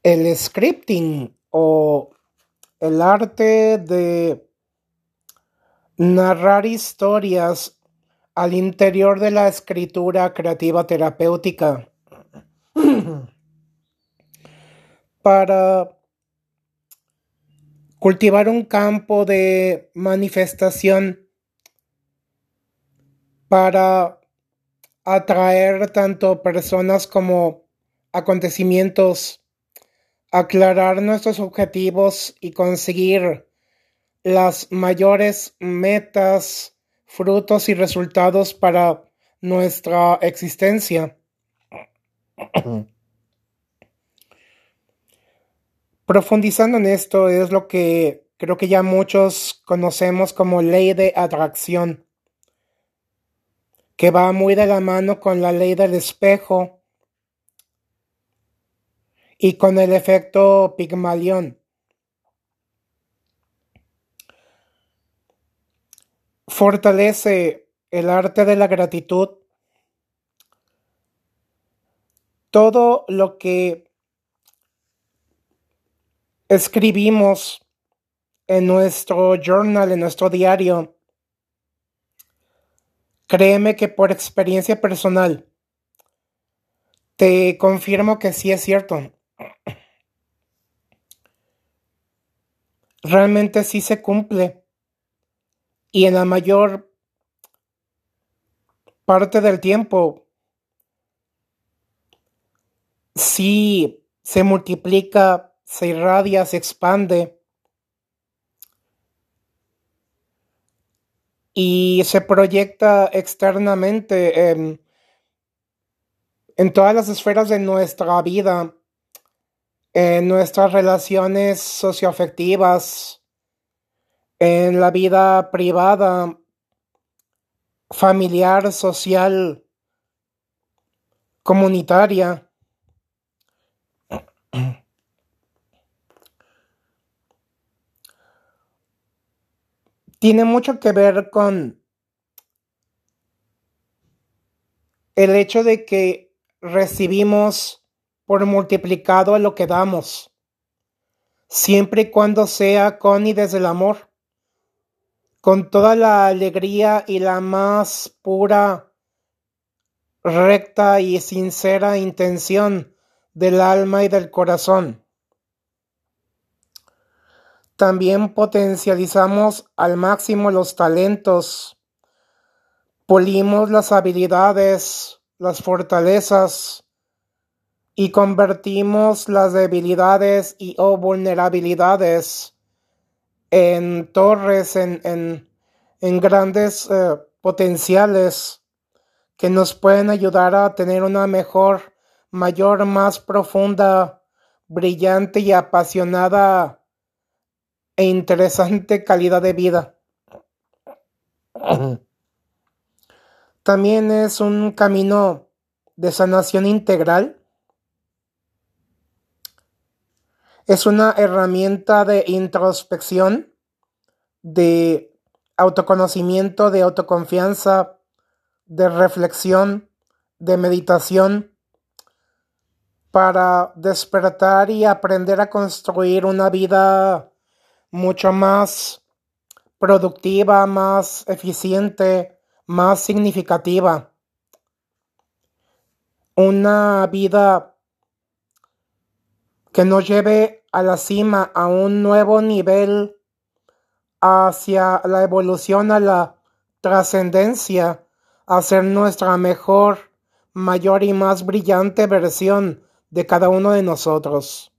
El scripting o el arte de narrar historias al interior de la escritura creativa terapéutica para cultivar un campo de manifestación para atraer tanto personas como acontecimientos, aclarar nuestros objetivos y conseguir las mayores metas, frutos y resultados para nuestra existencia. Profundizando en esto es lo que creo que ya muchos conocemos como ley de atracción, que va muy de la mano con la ley del espejo y con el efecto Pigmalión. Fortalece el arte de la gratitud. Todo lo que escribimos en nuestro journal, en nuestro diario, créeme que por experiencia personal te confirmo que sí es cierto. Realmente sí se cumple. Y en la mayor parte del tiempo sí se multiplica, se irradia, se expande y se proyecta externamente en todas las esferas de nuestra vida, en nuestras relaciones socioafectivas, en la vida privada, familiar, social, comunitaria. Tiene mucho que ver con el hecho de que recibimos por multiplicado lo que damos, siempre y cuando sea con y desde el amor, con toda la alegría y la más pura, recta y sincera intención del alma y del corazón. También potencializamos al máximo los talentos, pulimos las habilidades, las fortalezas y convertimos las debilidades y o vulnerabilidades en torres, en grandes potenciales que nos pueden ayudar a tener una mejor, mayor, más profunda, brillante y apasionada e interesante calidad de vida. También es un camino de sanación integral. Es una herramienta de introspección, de autoconocimiento, de autoconfianza, de reflexión, de meditación, para despertar y aprender a construir una vida mucho más productiva, más eficiente, más significativa. Una vida que nos lleve a la cima, a un nuevo nivel, hacia la evolución, a la trascendencia, a ser nuestra mejor, mayor y más brillante versión de cada uno de nosotros.